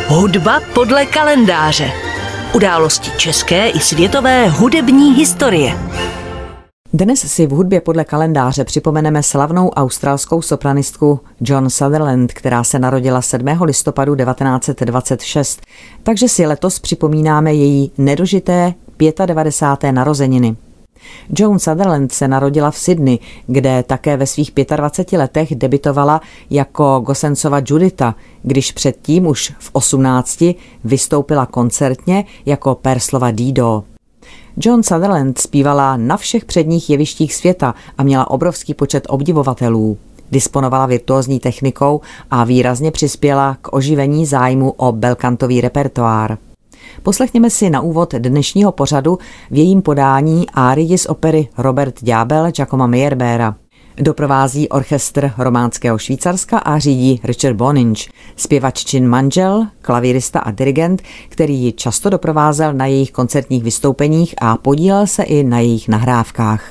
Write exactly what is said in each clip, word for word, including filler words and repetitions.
Hudba podle kalendáře. Události české i světové hudební historie. Dnes si v hudbě podle kalendáře připomeneme slavnou australskou sopranistku Joan Sutherland, která se narodila sedmého listopadu devatenáct set dvacet šest, takže si letos připomínáme její nedožité devadesáté páté narozeniny. Joan Sutherland se narodila v Sydney, kde také ve svých dvaceti pěti letech debitovala jako Gosensova Juditha, když předtím už v osmnácti vystoupila koncertně jako Purcellova Dido. Joan Sutherland zpívala na všech předních jevištích světa a měla obrovský počet obdivovatelů. Disponovala virtuózní technikou a výrazně přispěla k oživení zájmu o belcantový repertoár. Poslechněme si na úvod dnešního pořadu v jejím podání árii z opery Robert Ďábel Giacomo Meyerbeera. Doprovází orchestr románského Švýcarska a řídí Richard Boninge, zpěvaččin manžel, klavírista a dirigent, který ji často doprovázel na jejich koncertních vystoupeních a podílel se i na jejich nahrávkách.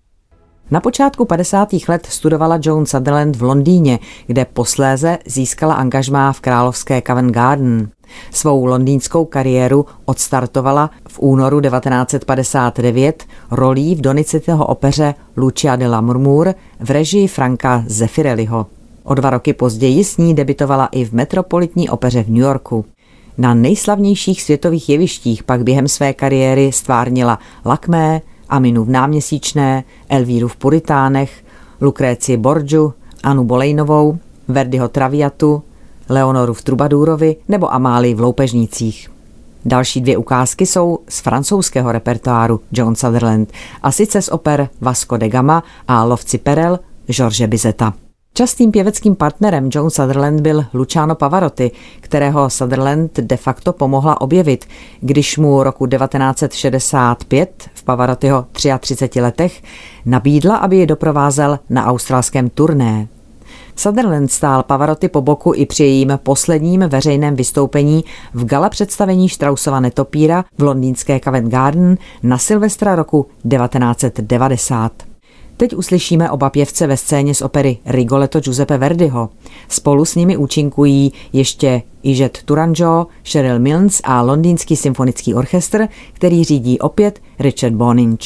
Na počátku padesátých let studovala Joan Sutherland v Londýně, kde posléze získala angažmá v královské Covent Garden. Svou londýnskou kariéru odstartovala v únoru devatenáct set padesát devět rolí v Donizettiho opeře Lucia della Murmur v režii Franka Zeffirelliho. O dva roky později s ní debitovala i v Metropolitní opeře v New Yorku. Na nejslavnějších světových jevištích pak během své kariéry stvárnila Lakmé, Aminu v Náměsíčné, Elvíru v Puritánech, Lucrécii Borgiu, Anu Bolejnovou, Verdiho Traviatu, Leonoru v Trubadurovi nebo Amálii v Loupežnících. Další dvě ukázky jsou z francouzského repertoáru Joan Sutherland, a sice z oper Vasco da Gama a Lovci perel George Bizeta. Častým pěveckým partnerem Joan Sutherland byl Luciano Pavarotti, kterého Sutherland de facto pomohla objevit, když mu roku devatenáct set šedesát pět v Pavarottiho třiatřiceti letech nabídla, aby ji doprovázel na australském turné. Sutherland stál Pavarotti po boku i při jejím posledním veřejném vystoupení v gala představení Straussova Netopíra v londýnské Covent Garden na Silvestra roku devatenáct set devadesát. Teď uslyšíme oba pěvce ve scéně z opery Rigoletto Giuseppe Verdiho. Spolu s nimi účinkují ještě Ižet Turanjo, Cheryl Milnes a Londýnský symfonický orchestr, který řídí opět Richard Boninge.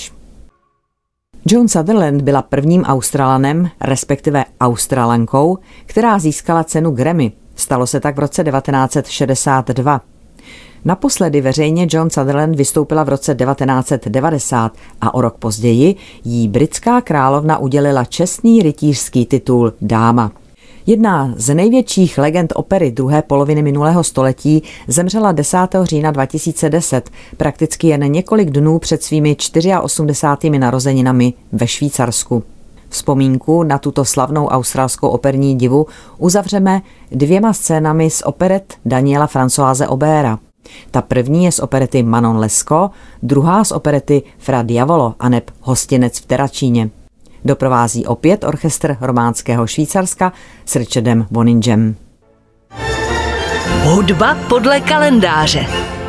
Joan Sutherland byla prvním Australanem, respektive Australankou, která získala cenu Grammy. Stalo se tak v roce devatenáct set šedesát dva. Naposledy veřejně Joan Sutherland vystoupila v roce devatenáct set devadesát a o rok později jí britská královna udělila čestný rytířský titul dáma. Jedna z největších legend opery druhé poloviny minulého století zemřela desátého října dva tisíce deset, prakticky jen několik dnů před svými osmdesátými čtyřmi narozeninami ve Švýcarsku. Vzpomínku na tuto slavnou australskou operní divu uzavřeme dvěma scénami z operet Daniela Françoise Aubera. Ta první je z operety Manon Lescaut, druhá z operety Fra Diavolo aneb Hostinec v Terracíně. Doprovází opět orchestr románského Švýcarska s Richardem Boningem. Hudba podle kalendáře.